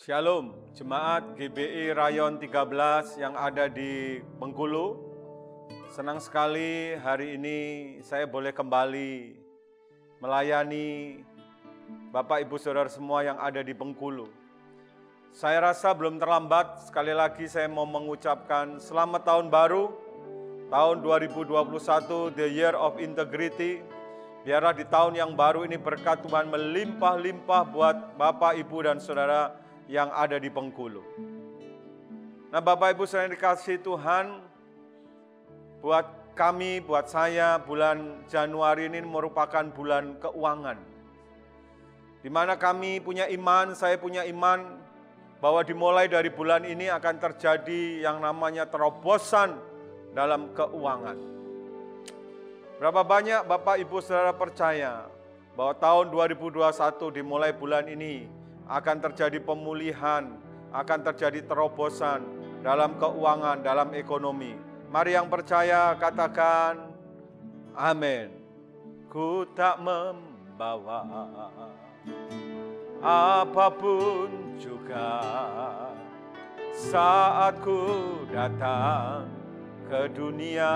Shalom, Jemaat GBI Rayon 13 yang ada di Bengkulu. Senang sekali hari ini saya boleh kembali melayani Bapak Ibu Saudara semua yang ada di Bengkulu. Saya rasa belum terlambat, sekali lagi saya mau mengucapkan selamat tahun baru, tahun 2021, the year of integrity. Biarlah di tahun yang baru ini berkat Tuhan melimpah-limpah buat Bapak, Ibu, dan Saudara yang ada di Bengkulu. Nah, Bapak Ibu Saudara yang dikasihi Tuhan, buat kami, buat saya, bulan Januari ini merupakan bulan keuangan. Di mana kami punya iman, saya punya iman, bahwa dimulai dari bulan ini akan terjadi yang namanya terobosan dalam keuangan. Berapa banyak Bapak Ibu Saudara percaya bahwa tahun 2021 dimulai bulan ini akan terjadi pemulihan, akan terjadi terobosan dalam keuangan, dalam ekonomi. Mari yang percaya katakan, amin. Ku tak membawa apapun juga saat ku datang ke dunia.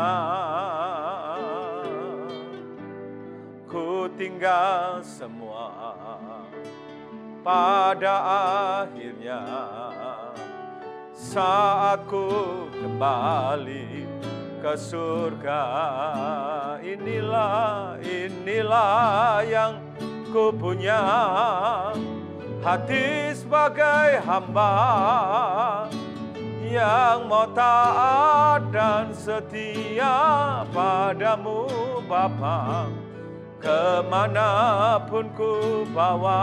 Ku tinggal semua pada akhirnya saat ku kembali ke surga. Inilah yang ku punya, hati sebagai hamba yang mau taat dan setia padamu Bapa. Kemanapun ku bawa,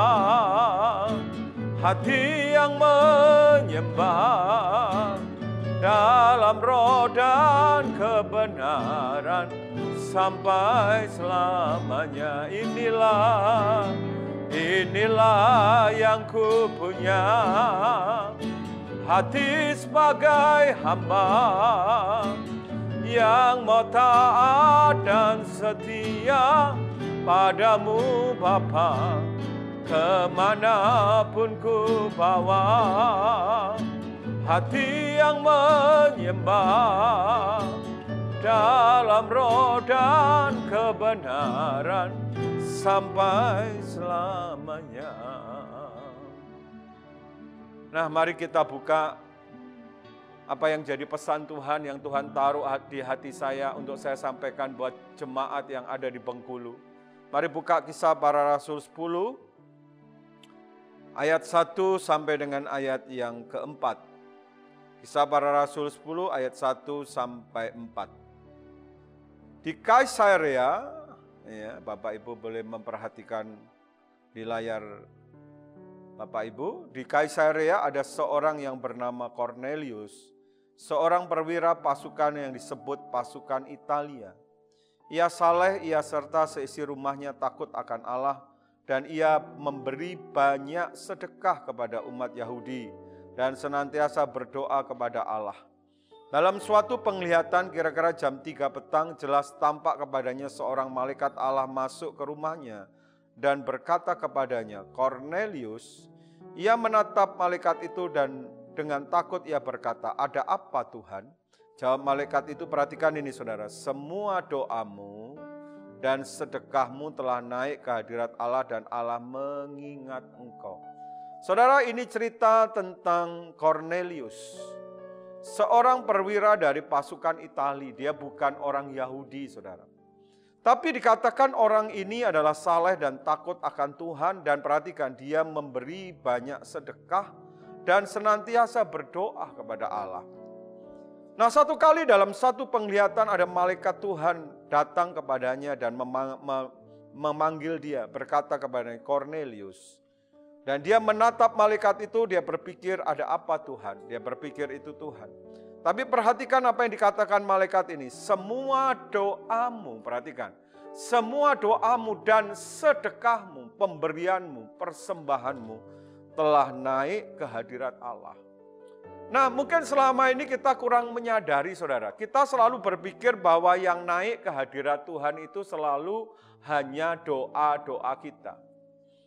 hati yang menyembah dalam roh dan kebenaran sampai selamanya. Inilah yang ku punya, hati sebagai hamba yang mau taat dan setia padamu Bapa. Kemanapun ku bawa, hati yang menyembah dalam roh dan kebenaran sampai selamanya. Nah, mari kita buka apa yang jadi pesan Tuhan yang Tuhan taruh di hati saya untuk saya sampaikan buat jemaat yang ada di Bengkulu. Mari buka Kisah Para Rasul 10, ayat 1 sampai dengan ayat yang keempat. Kisah Para Rasul 10, ayat 1 sampai 4. Di Kaisarea, ya, Bapak Ibu boleh memperhatikan di layar Bapak Ibu, di Kaisarea ada seorang yang bernama Cornelius, seorang perwira pasukan yang disebut pasukan Italia. Ia saleh, ia serta seisi rumahnya takut akan Allah, dan ia memberi banyak sedekah kepada umat Yahudi dan senantiasa berdoa kepada Allah. Dalam suatu penglihatan kira-kira jam 3 petang, jelas tampak kepadanya seorang malaikat Allah masuk ke rumahnya dan berkata kepadanya, Cornelius. Ia menatap malaikat itu dan dengan takut ia berkata, ada apa Tuhan? Jawab malaikat itu, perhatikan ini saudara, semua doamu dan sedekahmu telah naik ke hadirat Allah dan Allah mengingat engkau. Saudara, ini cerita tentang Cornelius, seorang perwira dari pasukan Italia. Dia bukan orang Yahudi, saudara. Tapi dikatakan orang ini adalah saleh dan takut akan Tuhan, dan perhatikan dia memberi banyak sedekah dan senantiasa berdoa kepada Allah. Nah, satu kali dalam satu penglihatan ada malaikat Tuhan datang kepadanya dan memanggil dia, berkata kepadanya, Cornelius. Dan dia menatap malaikat itu, dia berpikir ada apa Tuhan? Dia berpikir itu Tuhan. Tapi perhatikan apa yang dikatakan malaikat ini. Semua doamu, perhatikan. Semua doamu dan sedekahmu, pemberianmu, persembahanmu telah naik ke hadirat Allah. Nah, mungkin selama ini kita kurang menyadari saudara. Kita selalu berpikir bahwa yang naik ke hadirat Tuhan itu selalu hanya doa-doa kita.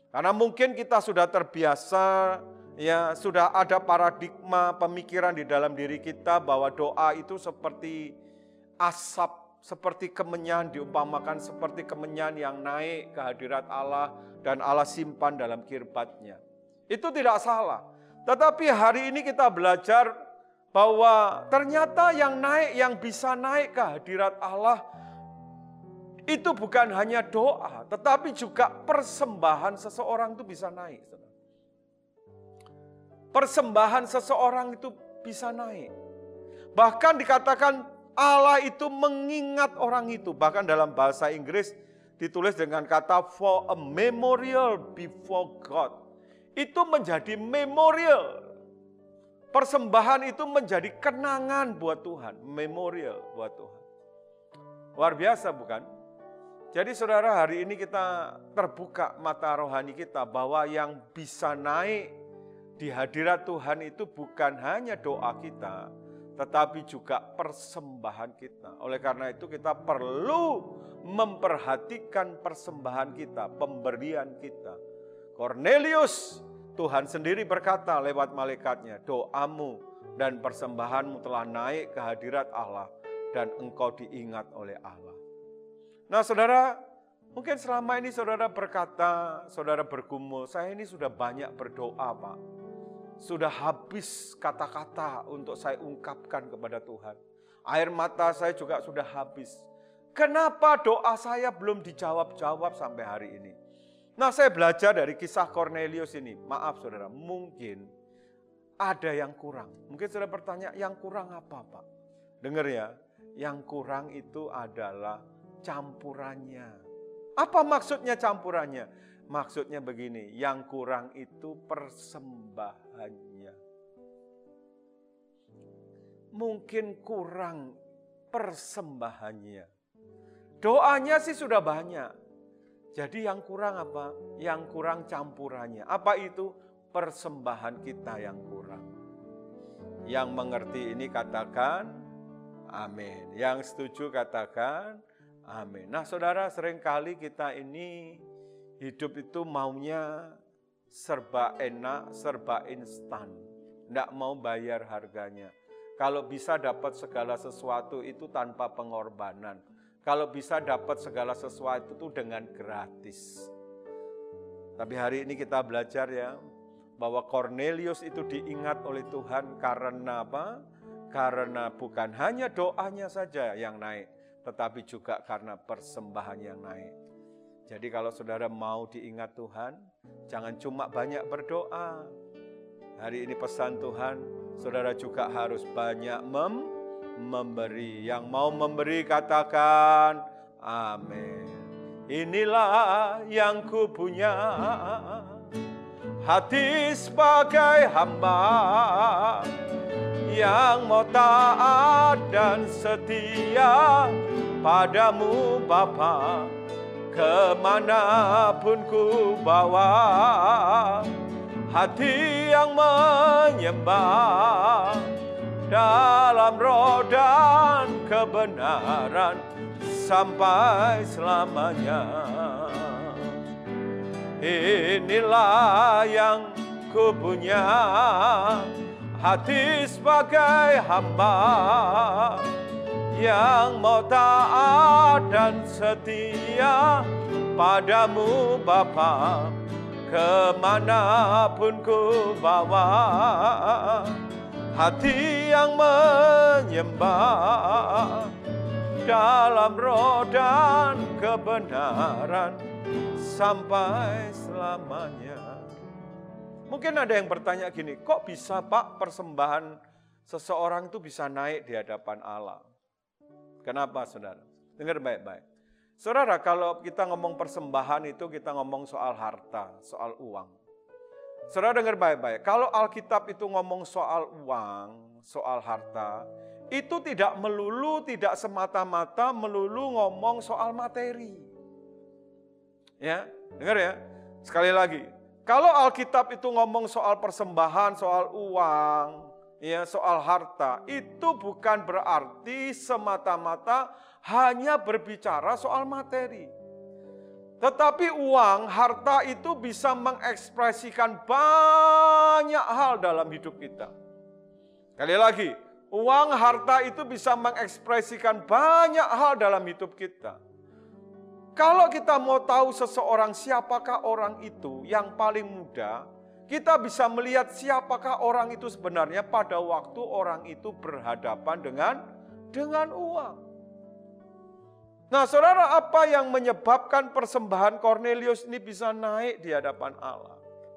Karena mungkin kita sudah terbiasa, ya sudah ada paradigma pemikiran di dalam diri kita bahwa doa itu seperti asap, seperti kemenyan, diumpamakan seperti kemenyan yang naik ke hadirat Allah dan Allah simpan dalam kirbatnya. Itu tidak salah. Tetapi hari ini kita belajar bahwa ternyata yang bisa naik ke hadirat Allah itu bukan hanya doa, tetapi juga persembahan seseorang itu bisa naik. Persembahan seseorang itu bisa naik. Bahkan dikatakan Allah itu mengingat orang itu. Bahkan dalam bahasa Inggris ditulis dengan kata for a memorial before God. Itu menjadi memorial. Persembahan itu menjadi kenangan buat Tuhan. Memorial buat Tuhan. Luar biasa bukan? Jadi saudara, hari ini kita terbuka mata rohani kita bahwa yang bisa naik di hadirat Tuhan itu bukan hanya doa kita, tetapi juga persembahan kita. Oleh karena itu kita perlu memperhatikan persembahan kita, pemberian kita. Cornelius, Tuhan sendiri berkata lewat malaikatnya, doamu dan persembahanmu telah naik ke hadirat Allah dan engkau diingat oleh Allah. Nah saudara, mungkin selama ini saudara berkata, saudara bergumul, saya ini sudah banyak berdoa Pak. Sudah habis kata-kata untuk saya ungkapkan kepada Tuhan. Air mata saya juga sudah habis. Kenapa doa saya belum dijawab-jawab sampai hari ini? Nah saya belajar dari kisah Cornelius ini. Maaf saudara, mungkin ada yang kurang. Mungkin saudara bertanya, yang kurang apa Pak? Dengar ya, yang kurang itu adalah campurannya. Apa maksudnya campurannya? Maksudnya begini, yang kurang itu persembahannya. Mungkin kurang persembahannya. Doanya sih sudah banyak. Jadi yang kurang apa? Yang kurang campurannya. Apa itu? Persembahan kita yang kurang. Yang mengerti ini katakan amin. Yang setuju katakan amin. Nah saudara, seringkali kita ini hidup itu maunya serba enak, serba instan. Tidak mau bayar harganya. Kalau bisa dapat segala sesuatu itu tanpa pengorbanan. Kalau bisa dapat segala sesuatu itu dengan gratis. Tapi hari ini kita belajar ya, bahwa Cornelius itu diingat oleh Tuhan karena apa? Karena bukan hanya doanya saja yang naik, tetapi juga karena persembahan yang naik. Jadi kalau saudara mau diingat Tuhan, jangan cuma banyak berdoa. Hari ini pesan Tuhan, saudara juga harus banyak memberi. Yang mau memberi katakan amin. Inilah yang ku punya, hati sebagai hamba yang mau taat dan setia padamu Bapa, kemanapun ku bawa. Hati yang menyembah dalam roh dan kebenaran sampai selamanya. Inilah yang ku punya, hati sebagai hamba yang mau taat dan setia padamu Bapa, kemanapun ku bawa. Hati yang menyembah dalam roh dan kebenaran sampai selamanya. Mungkin ada yang bertanya gini, kok bisa Pak persembahan seseorang itu bisa naik di hadapan Allah? Kenapa saudara? Dengar baik-baik. Saudara, kalau kita ngomong persembahan itu kita ngomong soal harta, soal uang. Saudara dengar baik-baik, kalau Alkitab itu ngomong soal uang, soal harta, itu tidak semata-mata melulu ngomong soal materi. Ya, dengar ya. Sekali lagi, kalau Alkitab itu ngomong soal persembahan, soal uang, ya, soal harta, itu bukan berarti semata-mata hanya berbicara soal materi. Tetapi uang, harta itu bisa mengekspresikan banyak hal dalam hidup kita. Sekali lagi, uang, harta itu bisa mengekspresikan banyak hal dalam hidup kita. Kalau kita mau tahu seseorang siapakah orang itu yang paling mudah, kita bisa melihat siapakah orang itu sebenarnya pada waktu orang itu berhadapan dengan uang. Nah, saudara, apa yang menyebabkan persembahan Kornelius ini bisa naik di hadapan Allah?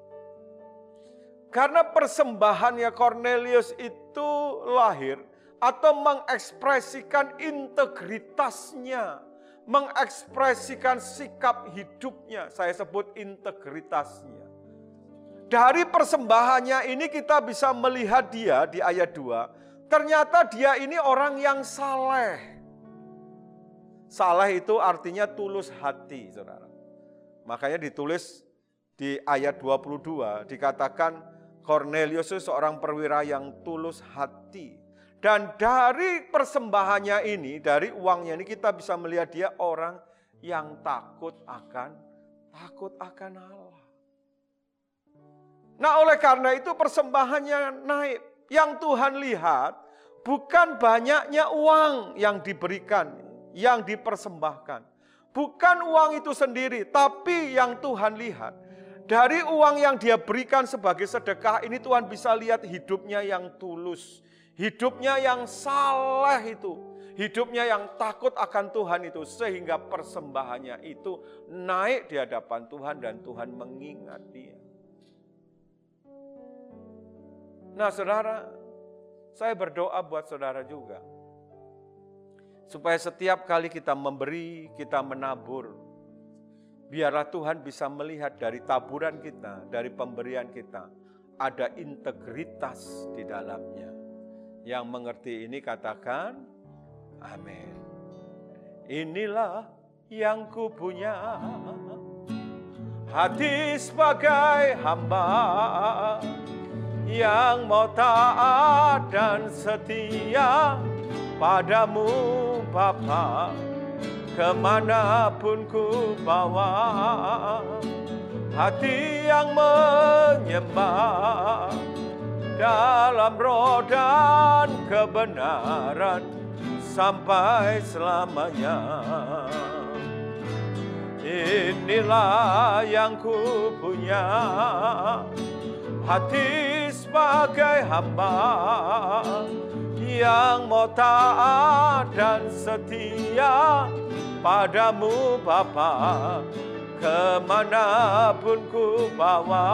Karena persembahannya Kornelius itu lahir atau mengekspresikan integritasnya, mengekspresikan sikap hidupnya. Saya sebut integritasnya. Dari persembahannya ini kita bisa melihat dia di ayat 2. Ternyata dia ini orang yang saleh. Saleh itu artinya tulus hati, saudara. Makanya ditulis di ayat 22, dikatakan Kornelius itu seorang perwira yang tulus hati. Dan dari persembahannya ini, dari uangnya ini kita bisa melihat dia orang yang takut akan Allah. Nah, oleh karena itu persembahannya naik. Yang Tuhan lihat bukan banyaknya uang yang diberikan, yang dipersembahkan. Bukan uang itu sendiri, tapi yang Tuhan lihat. Dari uang yang dia berikan sebagai sedekah ini Tuhan bisa lihat hidupnya yang tulus. Hidupnya yang saleh itu. Hidupnya yang takut akan Tuhan itu. Sehingga persembahannya itu naik di hadapan Tuhan dan Tuhan mengingat dia. Nah, saudara, saya berdoa buat saudara juga. Supaya setiap kali kita memberi, kita menabur. Biarlah Tuhan bisa melihat dari taburan kita, dari pemberian kita. Ada integritas di dalamnya. Yang mengerti ini katakan, amin. Inilah yang kupunya, hati sebagai hamba, yang mau taat dan setia padamu Bapa, kemanapun ku bawa, hati yang menyembah dalam roh dan kebenaran sampai selamanya. Inilah yang ku punya, hati sebagai hamba, yang mau taat dan setia padamu Bapa, kemanapun ku bawa,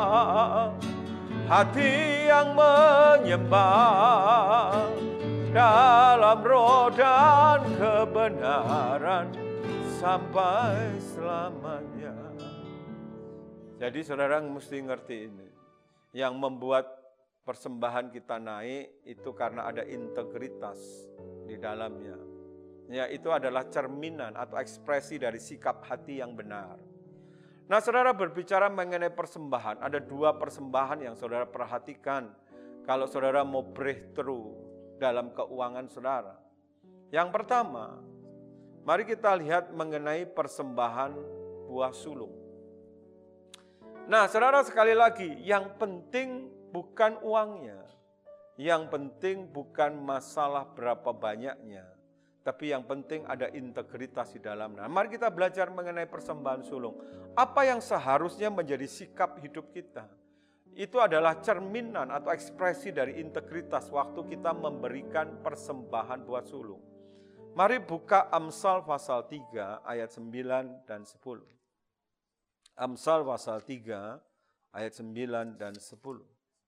hati yang menyembah dalam roh dan kebenaran sampai selamanya. Jadi saudara mesti ngerti ini. Yang membuat persembahan kita naik itu karena ada integritas di dalamnya. Ya, itu adalah cerminan atau ekspresi dari sikap hati yang benar. Nah, saudara berbicara mengenai persembahan, ada 2 persembahan yang saudara perhatikan kalau saudara mau breakthrough dalam keuangan saudara. Yang pertama, mari kita lihat mengenai persembahan buah sulung. Nah, saudara sekali lagi, yang penting bukan uangnya. Yang penting bukan masalah berapa banyaknya. Tapi yang penting ada integritas di dalamnya. Mari kita belajar mengenai persembahan sulung. Apa yang seharusnya menjadi sikap hidup kita? Itu adalah cerminan atau ekspresi dari integritas waktu kita memberikan persembahan buat sulung. Mari buka Amsal pasal 3 ayat 9 dan 10. Amsal pasal 3 ayat 9 dan 10.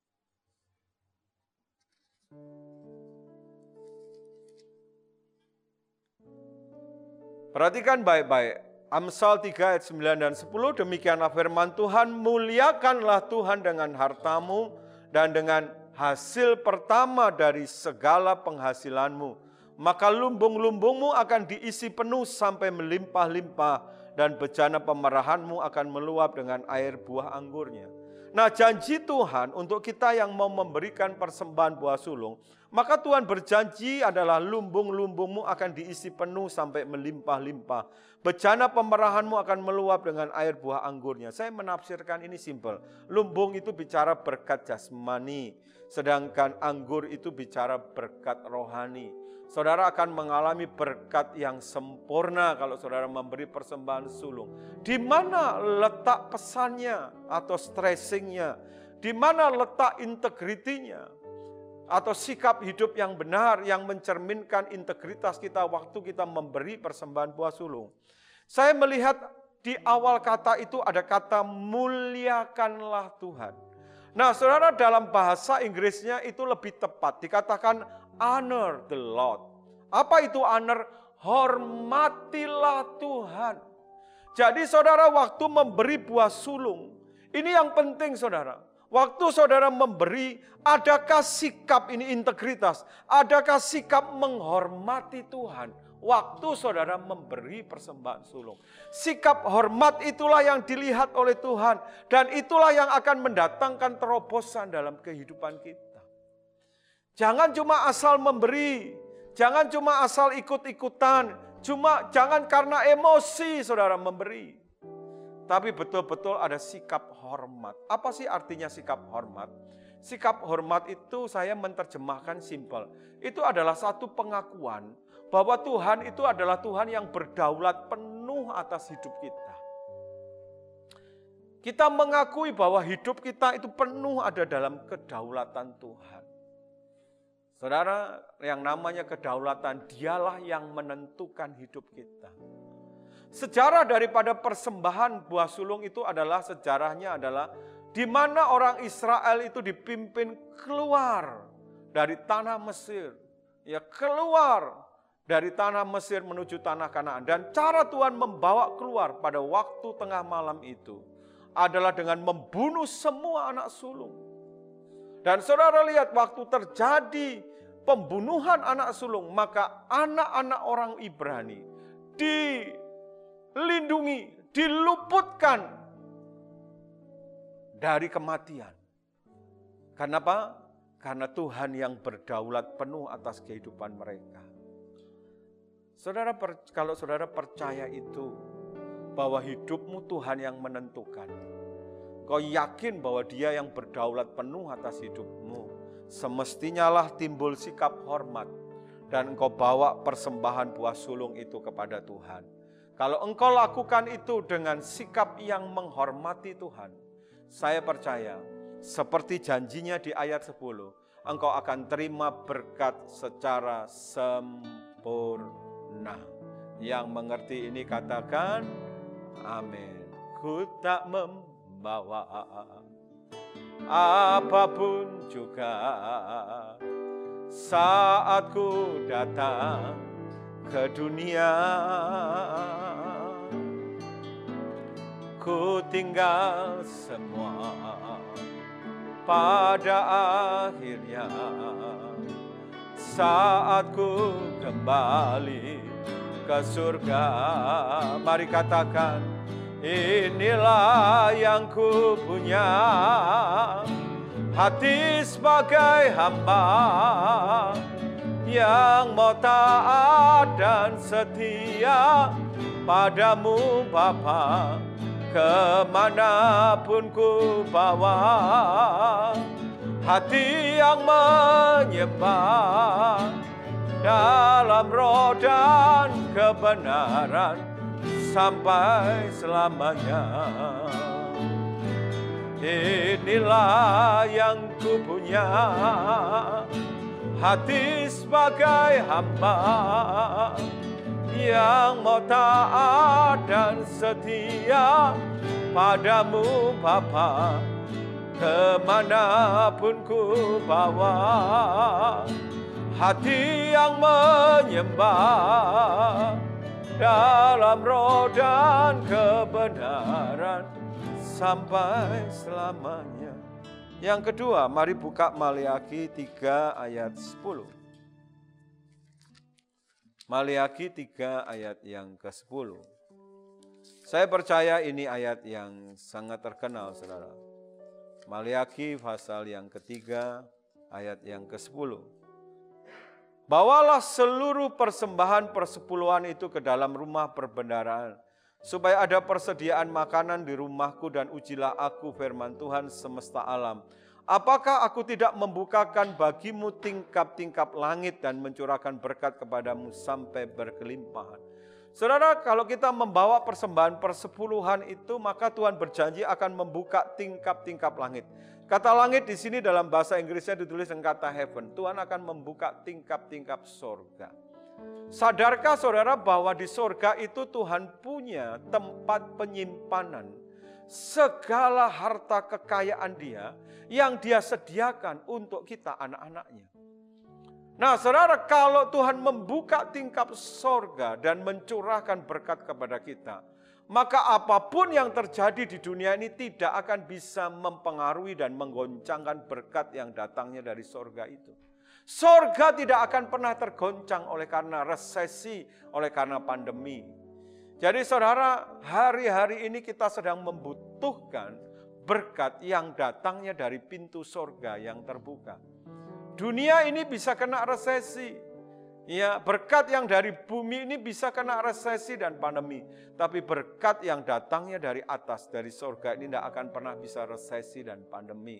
Perhatikan baik-baik. Amsal 3 ayat 9 dan 10, demikianlah firman Tuhan, muliakanlah Tuhan dengan hartamu dan dengan hasil pertama dari segala penghasilanmu. Maka lumbung-lumbungmu akan diisi penuh sampai melimpah-limpah dan bejana pemerahanmu akan meluap dengan air buah anggurnya. Nah, janji Tuhan untuk kita yang mau memberikan persembahan buah sulung, maka Tuhan berjanji adalah lumbung-lumbungmu akan diisi penuh sampai melimpah-limpah. Bejana pemerahanmu akan meluap dengan air buah anggurnya. Saya menafsirkan ini simpel. Lumbung itu bicara berkat jasmani, sedangkan anggur itu bicara berkat rohani. Saudara akan mengalami berkat yang sempurna kalau saudara memberi persembahan sulung. Di mana letak pesannya atau stressingnya? Di mana letak integritinya? Atau sikap hidup yang benar yang mencerminkan integritas kita waktu kita memberi persembahan buah sulung. Saya melihat di awal kata itu ada kata muliakanlah Tuhan. Nah, saudara, dalam bahasa Inggrisnya itu lebih tepat dikatakan honor the Lord. Apa itu honor? Hormatilah Tuhan. Jadi saudara, waktu memberi buah sulung, ini yang penting saudara. Waktu saudara memberi, adakah sikap ini integritas? Adakah sikap menghormati Tuhan? Waktu saudara memberi persembahan sulung. Sikap hormat itulah yang dilihat oleh Tuhan. Dan itulah yang akan mendatangkan terobosan dalam kehidupan kita. Jangan cuma asal memberi. Jangan cuma asal ikut-ikutan. Jangan karena emosi saudara memberi. Tapi betul-betul ada sikap hormat. Apa sih artinya sikap hormat? Sikap hormat itu saya menerjemahkan simpel. Itu adalah satu pengakuan bahwa Tuhan itu adalah Tuhan yang berdaulat penuh atas hidup kita. Kita mengakui bahwa hidup kita itu penuh ada dalam kedaulatan Tuhan. Saudara, yang namanya kedaulatan, dialah yang menentukan hidup kita. Sejarah daripada persembahan buah sulung itu adalah sejarahnya adalah di mana orang Israel itu dipimpin keluar dari tanah Mesir. Ya, keluar dari tanah Mesir menuju tanah Kanaan. Dan cara Tuhan membawa keluar pada waktu tengah malam itu adalah dengan membunuh semua anak sulung. Dan saudara lihat waktu terjadi pembunuhan anak sulung, maka anak-anak orang Ibrani dilindungi, diluputkan dari kematian. Kenapa? Karena Tuhan yang berdaulat penuh atas kehidupan mereka. Saudara, kalau saudara percaya itu, bahwa hidupmu Tuhan yang menentukan, kau yakin bahwa Dia yang berdaulat penuh atas hidupmu, semestinya lah timbul sikap hormat, dan engkau bawa persembahan buah sulung itu kepada Tuhan. Kalau engkau lakukan itu dengan sikap yang menghormati Tuhan, saya percaya, seperti janjinya di ayat 10, engkau akan terima berkat secara sempurna. Yang mengerti ini katakan, amin. Ku tak membawa apapun juga saat ku datang ke dunia. Ku tinggal semua pada akhirnya saat ku kembali ke surga. Mari katakan, inilah yang ku punya, hati sebagai hamba yang mau taat dan setia padamu Bapa, kemanapun ku bawa. Hati yang menyembah dalam roh dan kebenaran sampai selamanya. Inilah yang ku punya, hati sebagai hamba yang mau taat dan setia padamu Bapa, kemanapun ku bawa. Hati yang menyembah dalam roh dan kebenaran sampai selamanya. Yang kedua, mari buka Maleakhi 3 ayat 10. Maleakhi 3 ayat yang ke-10. Saya percaya ini ayat yang sangat terkenal, saudara. Maliaki pasal yang ketiga, ayat yang ke-10. Bawalah seluruh persembahan persepuluhan itu ke dalam rumah perbendaharaan, supaya ada persediaan makanan di rumahku, dan ujilah aku, firman Tuhan semesta alam. Apakah aku tidak membukakan bagimu tingkap-tingkap langit dan mencurahkan berkat kepadamu sampai berkelimpahan? Saudara, kalau kita membawa persembahan persepuluhan itu, maka Tuhan berjanji akan membuka tingkap-tingkap langit. Kata langit di sini dalam bahasa Inggrisnya ditulis dengan kata heaven. Tuhan akan membuka tingkap-tingkap sorga. Sadarkah saudara bahwa di sorga itu Tuhan punya tempat penyimpanan segala harta kekayaan Dia yang Dia sediakan untuk kita anak-anaknya. Nah saudara, kalau Tuhan membuka tingkap sorga dan mencurahkan berkat kepada kita, maka apapun yang terjadi di dunia ini tidak akan bisa mempengaruhi dan menggoncangkan berkat yang datangnya dari sorga itu. Sorga tidak akan pernah tergoncang oleh karena resesi, oleh karena pandemi. Jadi saudara, hari-hari ini kita sedang membutuhkan berkat yang datangnya dari pintu sorga yang terbuka. Dunia ini bisa kena resesi. Ya, berkat yang dari bumi ini bisa kena resesi dan pandemi. Tapi berkat yang datangnya dari atas, dari sorga ini tidak akan pernah bisa resesi dan pandemi.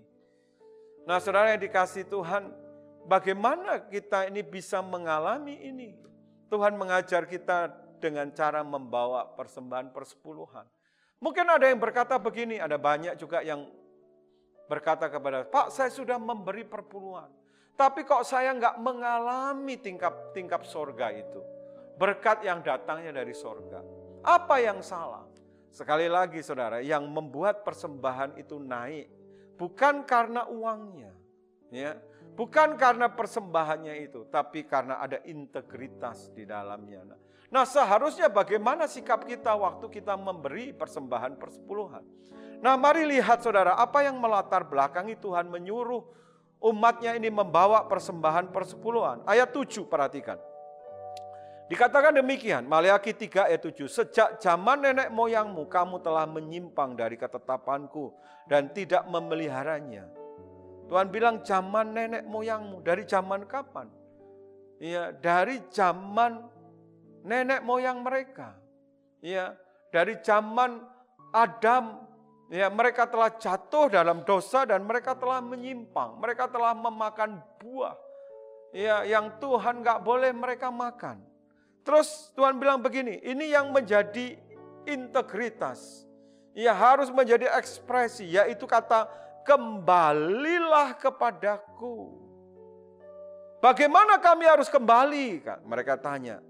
Nah saudara yang dikasihi Tuhan, bagaimana kita ini bisa mengalami ini? Tuhan mengajar kita dengan cara membawa persembahan persepuluhan. Mungkin ada yang berkata begini, ada banyak juga yang berkata kepada, Pak, saya sudah memberi perpuluhan. Tapi kok saya nggak mengalami tingkap sorga itu. Berkat yang datangnya dari sorga. Apa yang salah? Sekali lagi saudara, yang membuat persembahan itu naik bukan karena uangnya, ya, bukan karena persembahannya itu, tapi karena ada integritas di dalamnya. Nah seharusnya bagaimana sikap kita waktu kita memberi persembahan persepuluhan? Nah mari lihat saudara, apa yang melatar belakangi Tuhan menyuruh umatnya ini membawa persembahan persepuluhan. Ayat 7 perhatikan. Dikatakan demikian, Maliaki 3 ayat 7. Sejak zaman nenek moyangmu kamu telah menyimpang dari ketetapanku dan tidak memeliharanya. Tuhan bilang zaman nenek moyangmu. Dari zaman kapan? Ya, dari zaman nenek moyang mereka. Ya, dari zaman Adam. Ya, mereka telah jatuh dalam dosa dan mereka telah menyimpang. Mereka telah memakan buah ya, yang Tuhan gak boleh mereka makan. Terus Tuhan bilang begini, ini yang menjadi integritas. Ya harus menjadi ekspresi, yaitu kata kembalilah kepadaku. Bagaimana kami harus kembali? Mereka tanya.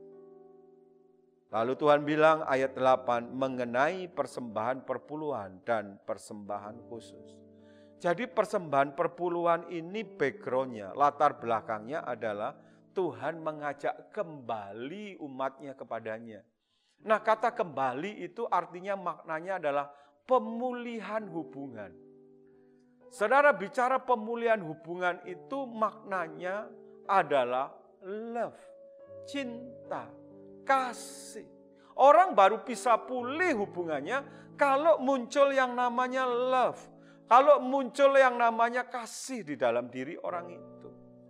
Lalu Tuhan bilang ayat 8 mengenai persembahan perpuluhan dan persembahan khusus. Jadi persembahan perpuluhan ini backgroundnya, latar belakangnya adalah Tuhan mengajak kembali umatnya kepadanya. Nah kata kembali itu artinya maknanya adalah pemulihan hubungan. Saudara bicara pemulihan hubungan itu maknanya adalah love, cinta. Kasih. Orang baru bisa pulih hubungannya kalau muncul yang namanya love. Kalau muncul yang namanya kasih di dalam diri orang itu.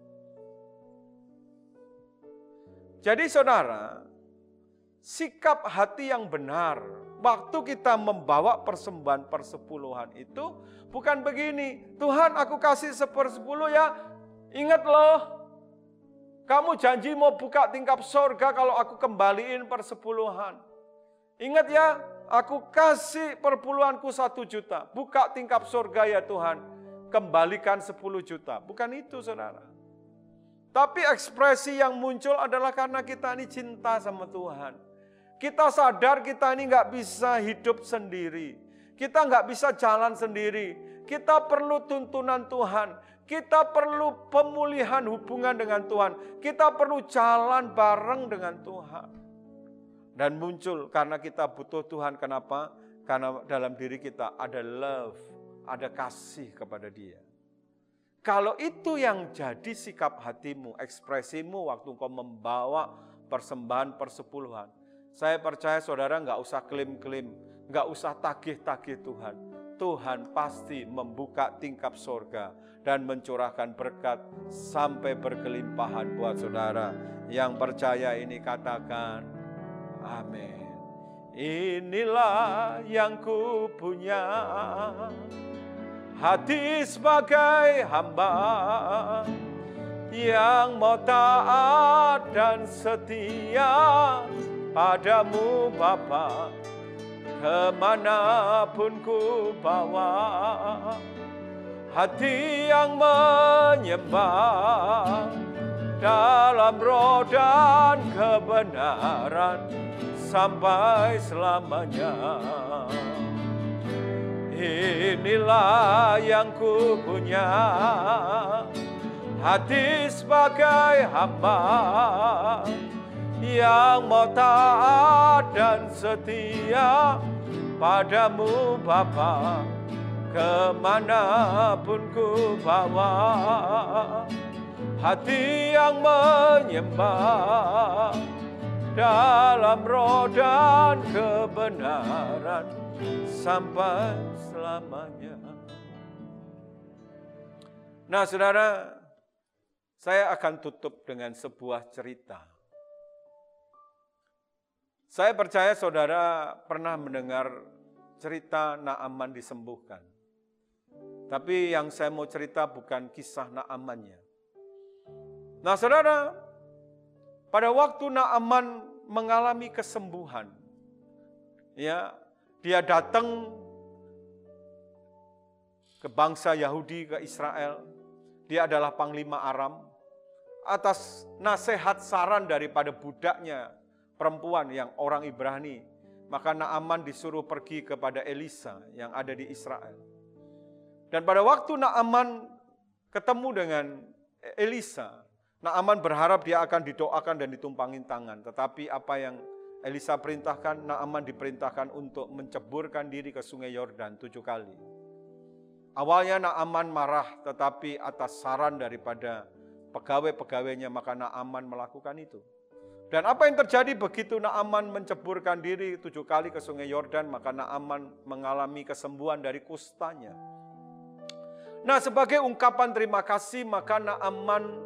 Jadi saudara, sikap hati yang benar waktu kita membawa persembahan persepuluhan itu bukan begini. Tuhan aku kasih 1/10 ya, ingat loh. Kamu janji mau buka tingkap sorga kalau aku kembaliin persepuluhan. Ingat ya, aku kasih perpuluhanku 1 juta. Buka tingkap sorga ya Tuhan. Kembalikan 10 juta. Bukan itu saudara. Tapi ekspresi yang muncul adalah karena kita ini cinta sama Tuhan. Kita sadar kita ini gak bisa hidup sendiri. Kita gak bisa jalan sendiri. Kita perlu tuntunan Tuhan. Kita perlu pemulihan hubungan dengan Tuhan. Kita perlu jalan bareng dengan Tuhan. Dan muncul karena kita butuh Tuhan. Kenapa? Karena dalam diri kita ada love, ada kasih kepada Dia. Kalau itu yang jadi sikap hatimu, ekspresimu waktu kau membawa persembahan persepuluhan. Saya percaya saudara gak usah klaim-klaim, gak usah tagih-tagih Tuhan. Tuhan pasti membuka tingkap sorga dan mencurahkan berkat sampai berkelimpahan buat saudara. Yang percaya ini katakan, amin. Inilah yang ku punya, hati sebagai hamba yang mau taat dan setia padamu Bapa, kemanapun ku bawa. Hati yang menyembah dalam roh dan kebenaran sampai selamanya. Inilah yang ku punya, hati sebagai hamba yang mau taat dan setia padamu Bapa, kemanapun ku bawa. Hati yang menyembah dalam roh dan kebenaran sampai selamanya. Nah saudara, saya akan tutup dengan sebuah cerita. Saya percaya saudara pernah mendengar cerita Naaman disembuhkan. Tapi yang saya mau cerita bukan kisah Naamannya. Nah saudara, pada waktu Naaman mengalami kesembuhan, ya, dia datang ke bangsa Yahudi, ke Israel. Dia adalah panglima Aram. Atas nasihat saran daripada budaknya perempuan yang orang Ibrani, maka Naaman disuruh pergi kepada Elisa yang ada di Israel. Dan pada waktu Naaman ketemu dengan Elisa, Naaman berharap dia akan didoakan dan ditumpangin tangan. Tetapi apa yang Elisa perintahkan, Naaman diperintahkan untuk menceburkan diri ke sungai Yordan 7 kali. Awalnya Naaman marah, tetapi atas saran daripada pegawai-pegawainya, maka Naaman melakukan itu. Dan apa yang terjadi begitu Naaman menceburkan diri 7 kali ke sungai Yordan, maka Naaman mengalami kesembuhan dari kustanya. Nah, sebagai ungkapan terima kasih, maka Naaman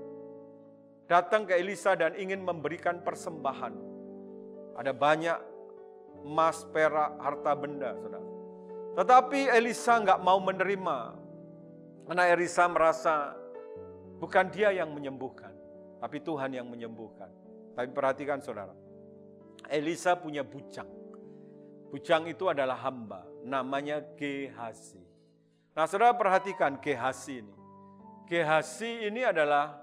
datang ke Elisa dan ingin memberikan persembahan. Ada banyak emas, perak, harta benda, saudara. Tetapi Elisa nggak mau menerima. Karena Elisa merasa bukan dia yang menyembuhkan, tapi Tuhan yang menyembuhkan. Tapi perhatikan saudara, Elisa punya bujang. Bujang itu adalah hamba, namanya Gehazi. Nah saudara perhatikan Gehazi ini. Gehazi ini adalah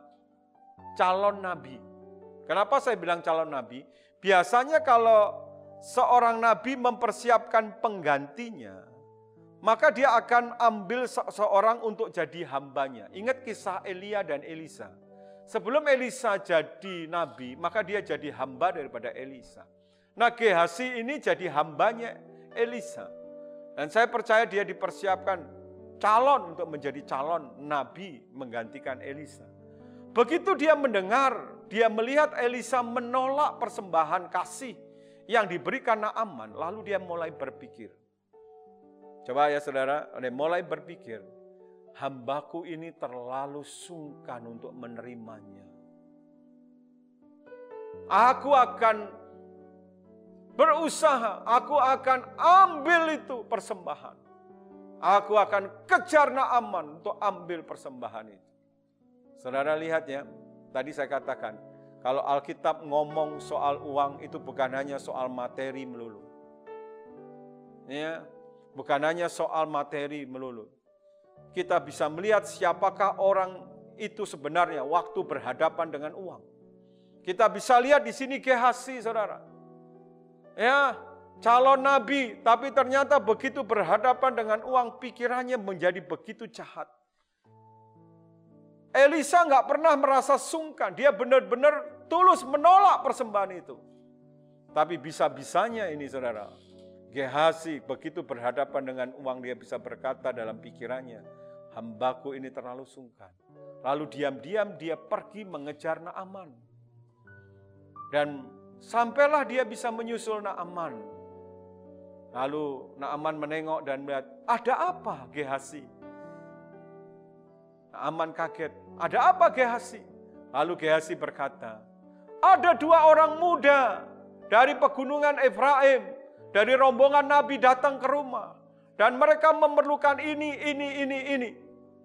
calon nabi. Kenapa saya bilang calon nabi? Biasanya kalau seorang nabi mempersiapkan penggantinya, maka dia akan ambil seseorang untuk jadi hambanya. Ingat kisah Elia dan Elisa. Sebelum Elisa jadi nabi, maka dia jadi hamba daripada Elisa. Nah Gehazi ini jadi hambanya Elisa. Dan saya percaya dia dipersiapkan calon untuk menjadi calon nabi menggantikan Elisa. Begitu dia mendengar, dia melihat Elisa menolak persembahan kasih yang diberikan Naaman, lalu dia mulai berpikir. Coba ya saudara, dia mulai berpikir, hambaku ini terlalu sungkan untuk menerimanya. Aku akan berusaha, aku akan ambil itu persembahan. Aku akan kejar Naaman untuk ambil persembahan itu. Saudara lihat ya, tadi saya katakan, kalau Alkitab ngomong soal uang itu bukan hanya soal materi melulu. Ya, bukan hanya soal materi melulu. Kita bisa melihat siapakah orang itu sebenarnya waktu berhadapan dengan uang. Kita bisa lihat di sini Gehazi, saudara. Ya, calon nabi, tapi ternyata begitu berhadapan dengan uang, pikirannya menjadi begitu jahat. Elisa nggak pernah merasa sungkan, dia benar-benar tulus menolak persembahan itu. Tapi bisa-bisanya ini saudara, Gehazi begitu berhadapan dengan uang, dia bisa berkata dalam pikirannya, hambaku ini terlalu sungkan. Lalu diam-diam dia pergi mengejar Naaman. Dan sampailah dia bisa menyusul Naaman. Lalu Naaman menengok dan melihat, ada apa Gehazi? Naaman kaget, ada apa Gehazi? Lalu Gehazi berkata, ada 2 orang muda dari pegunungan Efraim, dari rombongan Nabi datang ke rumah. Dan mereka memerlukan ini.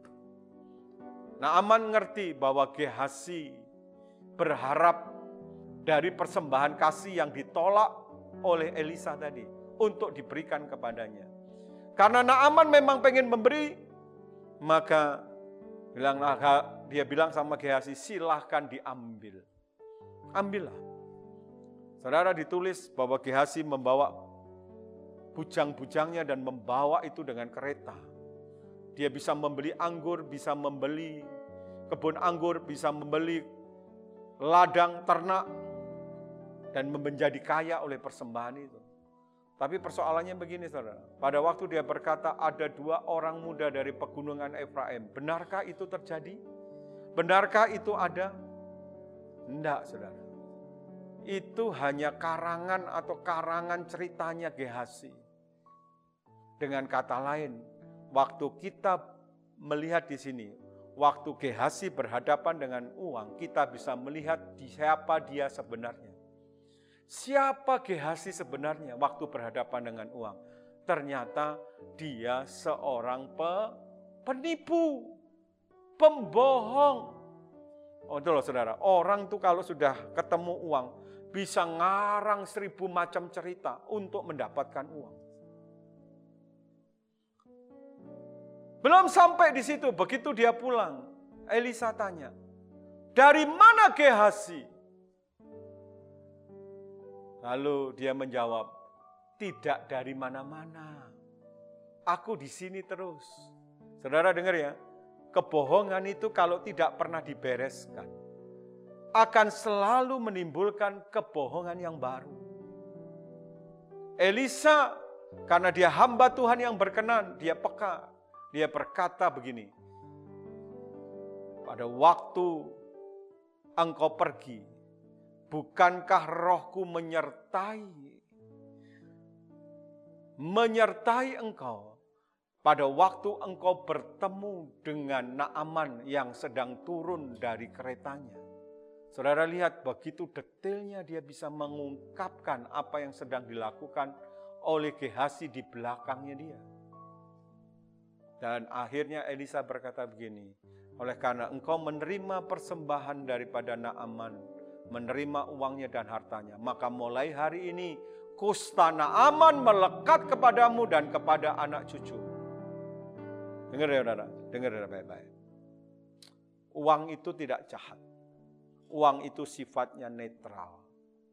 Naaman ngerti bahwa Gehazi berharap dari persembahan kasih yang ditolak oleh Elisa tadi untuk diberikan kepadanya. Karena Naaman memang pengen memberi, maka dia bilang sama Gehazi, silahkan diambil. Ambillah. Saudara, ditulis bahwa Gehazi membawa bujang-bujangnya dan membawa itu dengan kereta. Dia bisa membeli anggur, bisa membeli kebun anggur, bisa membeli ladang ternak, dan menjadi kaya oleh persembahan itu. Tapi persoalannya begini, saudara. Pada waktu dia berkata ada 2 orang muda dari pegunungan Efraim. Benarkah itu terjadi? Benarkah itu ada? Enggak, saudara. Itu hanya karangan atau karangan ceritanya Gehazi. Dengan kata lain, waktu kita melihat di sini, waktu Gehazi berhadapan dengan uang, kita bisa melihat siapa dia sebenarnya. Siapa Gehazi sebenarnya waktu berhadapan dengan uang? Ternyata dia seorang penipu, pembohong. Oh itu loh saudara, orang tuh kalau sudah ketemu uang, bisa ngarang 1000 macam cerita untuk mendapatkan uang. Belum sampai di situ, begitu dia pulang, Elisa tanya, dari mana Gehazi? Lalu dia menjawab, tidak dari mana-mana. Aku di sini terus. Saudara dengar ya, kebohongan itu kalau tidak pernah dibereskan, akan selalu menimbulkan kebohongan yang baru. Elisa, karena dia hamba Tuhan yang berkenan, dia peka. Dia berkata begini, pada waktu engkau pergi, bukankah rohku menyertai engkau pada waktu engkau bertemu dengan Naaman yang sedang turun dari keretanya. Saudara lihat begitu detailnya dia bisa mengungkapkan apa yang sedang dilakukan oleh Gehazi di belakangnya dia. Dan akhirnya Elisa berkata begini, oleh karena engkau menerima persembahan daripada Naaman, menerima uangnya dan hartanya, maka mulai hari ini kusta Naaman melekat kepadamu dan kepada anak cucu. Dengar ya saudara, dengar ya baik-baik. Uang itu tidak jahat. Uang itu sifatnya netral.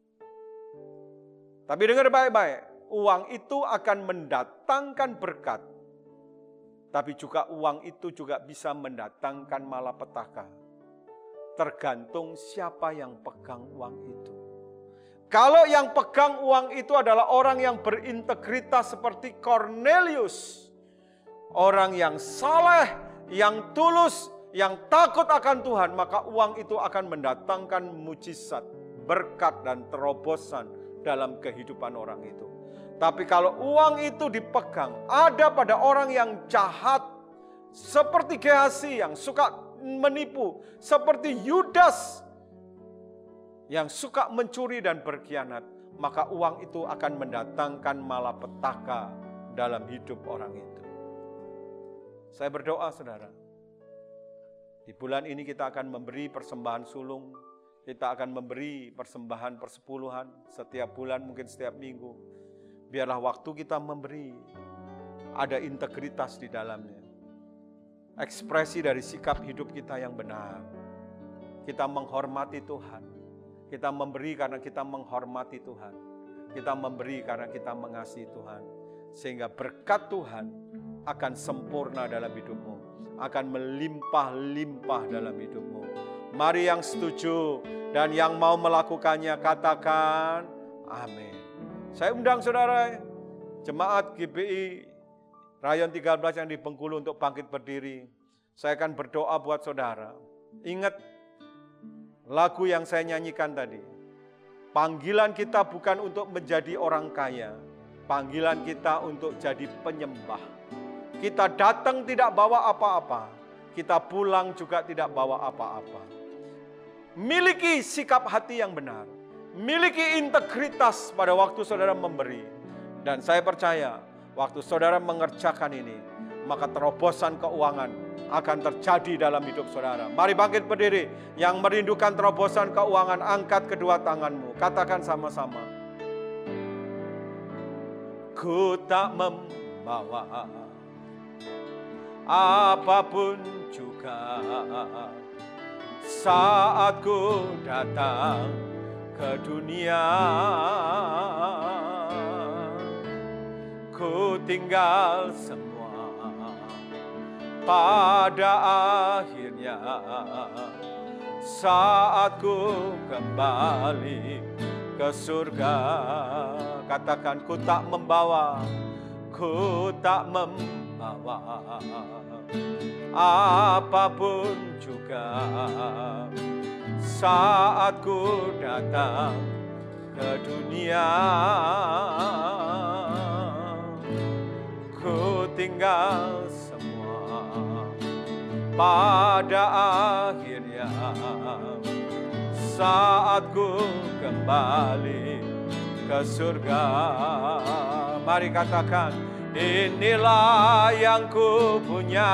Tapi dengar baik-baik, uang itu akan mendatangkan berkat. Tapi juga uang itu juga bisa mendatangkan malapetaka. Tergantung siapa yang pegang uang itu. Kalau yang pegang uang itu adalah orang yang berintegritas seperti Cornelius, orang yang saleh, yang tulus, yang takut akan Tuhan, maka uang itu akan mendatangkan mujizat, berkat dan terobosan dalam kehidupan orang itu. Tapi kalau uang itu dipegang, ada pada orang yang jahat, seperti Gehazi yang suka menipu, seperti Yudas yang suka mencuri dan berkhianat, maka uang itu akan mendatangkan malapetaka dalam hidup orang itu. Saya berdoa saudara, di bulan ini kita akan memberi persembahan sulung, kita akan memberi persembahan persepuluhan setiap bulan, mungkin setiap minggu. Biarlah waktu kita memberi, ada integritas di dalamnya. Ekspresi dari sikap hidup kita yang benar. Kita menghormati Tuhan. Kita memberi karena kita menghormati Tuhan. Kita memberi karena kita mengasihi Tuhan. Sehingga berkat Tuhan akan sempurna dalam hidupmu. Akan melimpah-limpah dalam hidupmu. Mari yang setuju dan yang mau melakukannya katakan amin. Saya undang saudara, jemaat GBI Rayon 13 yang di Bengkulu untuk bangkit berdiri. Saya akan berdoa buat saudara. Ingat lagu yang saya nyanyikan tadi. Panggilan kita bukan untuk menjadi orang kaya, Panggilan kita untuk jadi penyembah. Kita datang tidak bawa apa-apa. Kita pulang juga tidak bawa apa-apa. Miliki sikap hati yang benar. Miliki integritas pada waktu saudara memberi. Dan saya percaya, waktu saudara mengerjakan ini, maka terobosan keuangan akan terjadi dalam hidup saudara. Mari bangkit berdiri. Yang merindukan terobosan keuangan, angkat kedua tanganmu. Katakan sama-sama. Ku tak membawa apapun juga saat ku datang ke dunia. Ku tinggal semua pada akhirnya saat ku kembali ke surga. Katakan, ku tak membawa apapun juga saat ku datang ke dunia. Ku tinggal semua pada akhirnya saat ku kembali ke surga. Mari katakan, inilah yang ku punya,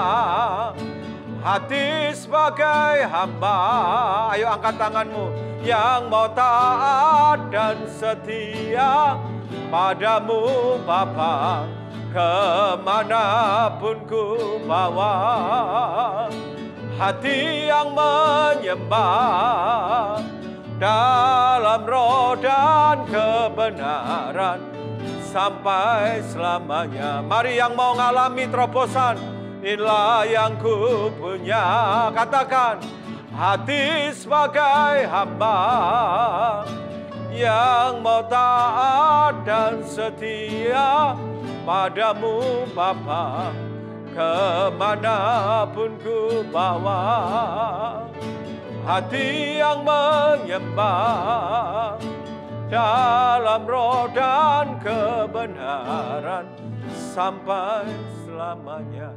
hati sebagai hamba. Ayo angkat tanganmu, yang mau taat dan setia padamu Bapa, kemanapun ku bawa. Hati yang menyembah dalam roh dan kebenaran sampai selamanya. Mari yang mau ngalami terobosan, inilah yang ku punya. Katakan, hati sebagai hamba yang mau taat dan setia padamu Bapa, kemanapun ku bawa. Hati yang menyembah dalam roh dan kebenaran sampai selamanya.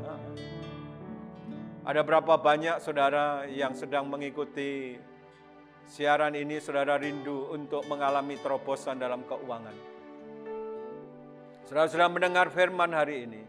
Ada berapa banyak saudara yang sedang mengikuti siaran ini, saudara rindu untuk mengalami terobosan dalam keuangan? Saudara sudah mendengar firman hari ini.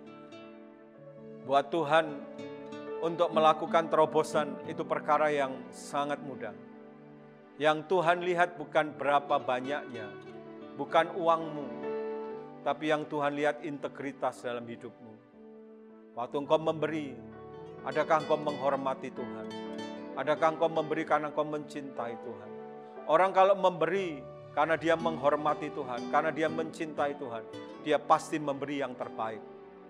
Buat Tuhan, untuk melakukan terobosan itu perkara yang sangat mudah. Yang Tuhan lihat bukan berapa banyaknya, bukan uangmu, tapi yang Tuhan lihat integritas dalam hidupmu. Waktu engkau memberi, adakah engkau menghormati Tuhan? Adakah engkau memberi karena engkau mencintai Tuhan? Orang kalau memberi karena dia menghormati Tuhan, karena dia mencintai Tuhan, dia pasti memberi yang terbaik.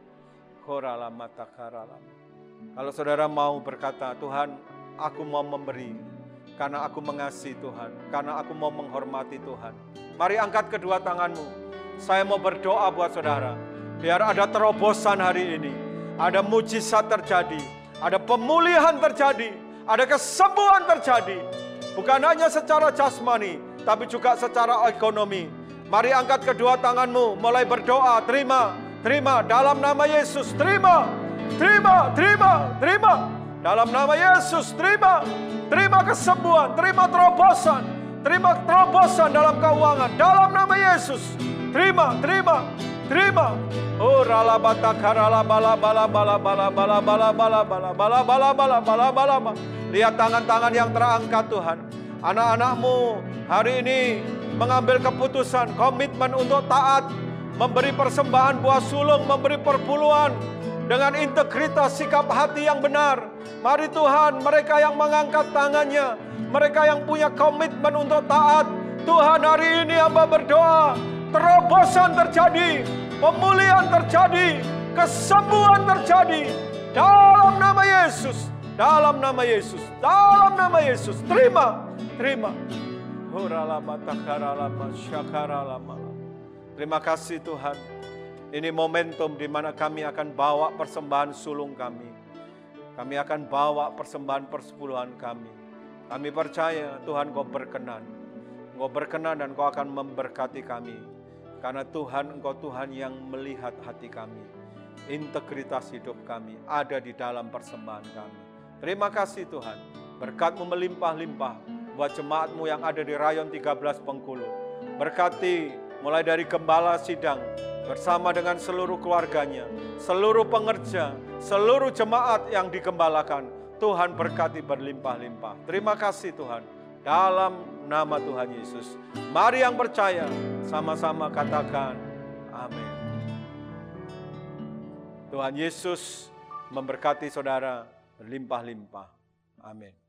Kalau saudara mau berkata, Tuhan, aku mau memberi karena aku mengasihi Tuhan, karena aku mau menghormati Tuhan. Mari angkat kedua tanganmu. Saya mau berdoa buat saudara. Biar ada terobosan hari ini. Ada mujizat terjadi. Ada pemulihan terjadi. Ada kesembuhan terjadi. Bukan hanya secara jasmani, tapi juga secara ekonomi. Mari angkat kedua tanganmu. Mulai berdoa. Terima, terima dalam nama Yesus. Terima, terima, terima, terima. Dalam nama Yesus, terima. Terima kesembuhan, terima terobosan. Terima terobosan dalam keuangan. Dalam nama Yesus. Terima, terima, terima. Oh ralabata karala bala bala bala bala bala bala bala bala bala bala bala bala bala bala. Lihat tangan-tangan yang terangkat Tuhan. Anak-anakmu hari ini mengambil keputusan, komitmen untuk taat, memberi persembahan buah sulung, memberi perpuluhan dengan integritas sikap hati yang benar. Mari Tuhan, mereka yang mengangkat tangannya, mereka yang punya komitmen untuk taat, Tuhan hari ini hamba berdoa, terobosan terjadi, pemulihan terjadi, kesembuhan terjadi, dalam nama Yesus, dalam nama Yesus, dalam nama Yesus. Terima, terima. Terima kasih Tuhan. Ini momentum di mana kami akan bawa persembahan sulung kami. Kami akan bawa persembahan persepuluhan kami. Kami percaya Tuhan Kau berkenan. Kau berkenan dan Kau akan memberkati kami. Karena Tuhan, Engkau Tuhan yang melihat hati kami. Integritas hidup kami ada di dalam persembahan kami. Terima kasih Tuhan. Berkat-Mu melimpah-limpah buat jemaat-Mu yang ada di rayon 13 Bengkulu. Berkati mulai dari gembala sidang bersama dengan seluruh keluarganya, seluruh pengerja, seluruh jemaat yang digembalakan. Tuhan berkati berlimpah-limpah. Terima kasih Tuhan. Dalam nama Tuhan Yesus. Mari yang percaya sama-sama katakan amin. Tuhan Yesus memberkati saudara berlimpah-limpah. Amin.